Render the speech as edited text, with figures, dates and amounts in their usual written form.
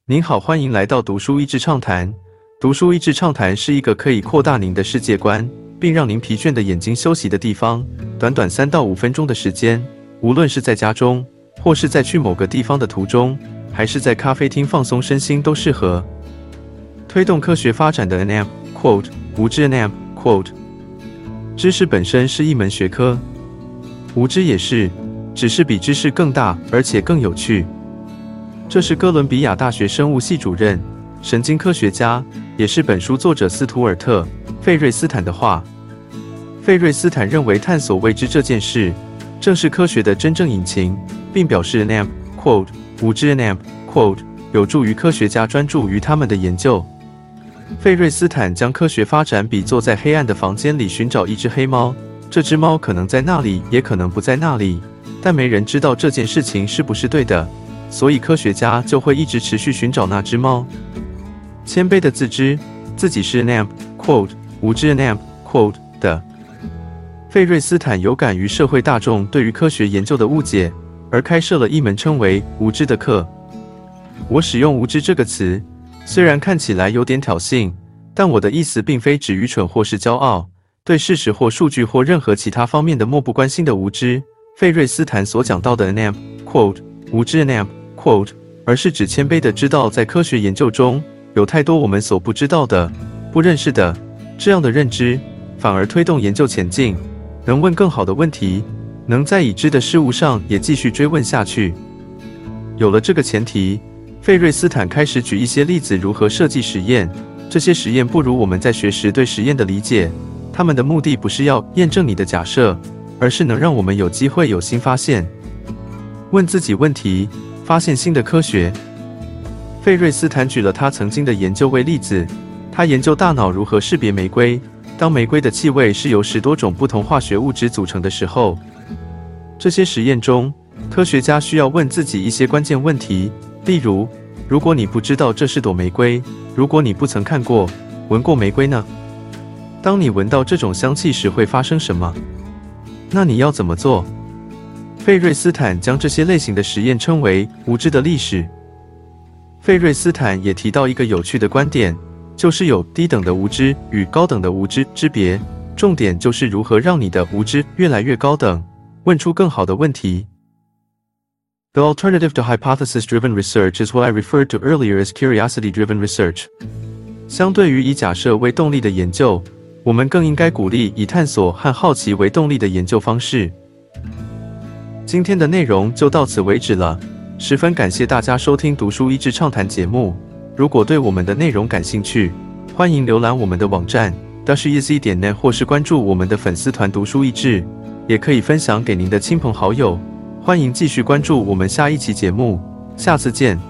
您好，欢迎来到读书益智畅谈。读书益智畅谈是一个可以扩大您的世界观，并让您疲倦的眼睛休息的地方。短短3到5分钟的时间，无论是在家中，或是在去某个地方的途中，还是在咖啡厅放松身心，都适合。推动科学发展的 NAMP quote 无知 NAMP quote 知识本身是一门学科，无知也是，只是比知识更大，而且更有趣。这是哥伦比亚大学生物系主任、神经科学家，也是本书作者斯图尔特·费瑞斯坦的话。费瑞斯坦认为，探索未知这件事，正是科学的真正引擎，并表示 NAMP quote 无知 NAMP quote 有助于科学家专注于他们的研究。费瑞斯坦将科学发展比作在黑暗的房间里寻找一只黑猫，这只猫可能在那里，也可能不在那里，但没人知道这件事情是不是对的。所以科学家就会一直持续寻找那只猫。谦卑的自知自己是 NAMP quote 无知 NAMP quote 的。费瑞斯坦有感于社会大众对于科学研究的误解，而开设了一门称为无知的课。我使用无知这个词，虽然看起来有点挑衅，但我的意思并非指愚蠢或是骄傲，对事实或数据或任何其他方面的漠不关心的无知。费瑞斯坦所讲到的 NAMP quote 无知 NAMP quote 而是指谦卑地知道，在科学研究中有太多我们所不知道的、不认识的，这样的认知反而推动研究前进，能问更好的问题，能在已知的事物上也继续追问下去。有了这个前提，费瑞斯坦开始举一些例子如何设计实验。这些实验不如我们在学时对实验的理解，他们的目的不是要验证你的假设，而是能让我们有机会有新发现，问自己问题，发现新的科学。费瑞斯坦举了他曾经的研究为例子，他研究大脑如何识别玫瑰。当玫瑰的气味是由10多种不同化学物质组成的时候，这些实验中，科学家需要问自己一些关键问题，例如，如果你不知道这是朵玫瑰，如果你不曾看过、闻过玫瑰呢？当你闻到这种香气时会发生什么？那你要怎么做？费瑞斯坦将这些类型的实验称为无知的历史。费瑞斯坦也提到一个有趣的观点，就是有低等的无知与高等的无知之别，重点就是如何让你的无知越来越高等，问出更好的问题。The alternative to hypothesis-driven research is what I referred to earlier as curiosity-driven research. 相对于以假设为动力的研究，我们更应该鼓励以探索和好奇为动力的研究方式。今天的内容就到此为止了，十分感谢大家收听读书益智畅谈节目。如果对我们的内容感兴趣，欢迎浏览我们的网站 dashiz.net 或是关注我们的粉丝团读书益智，也可以分享给您的亲朋好友。欢迎继续关注我们下一期节目，下次见。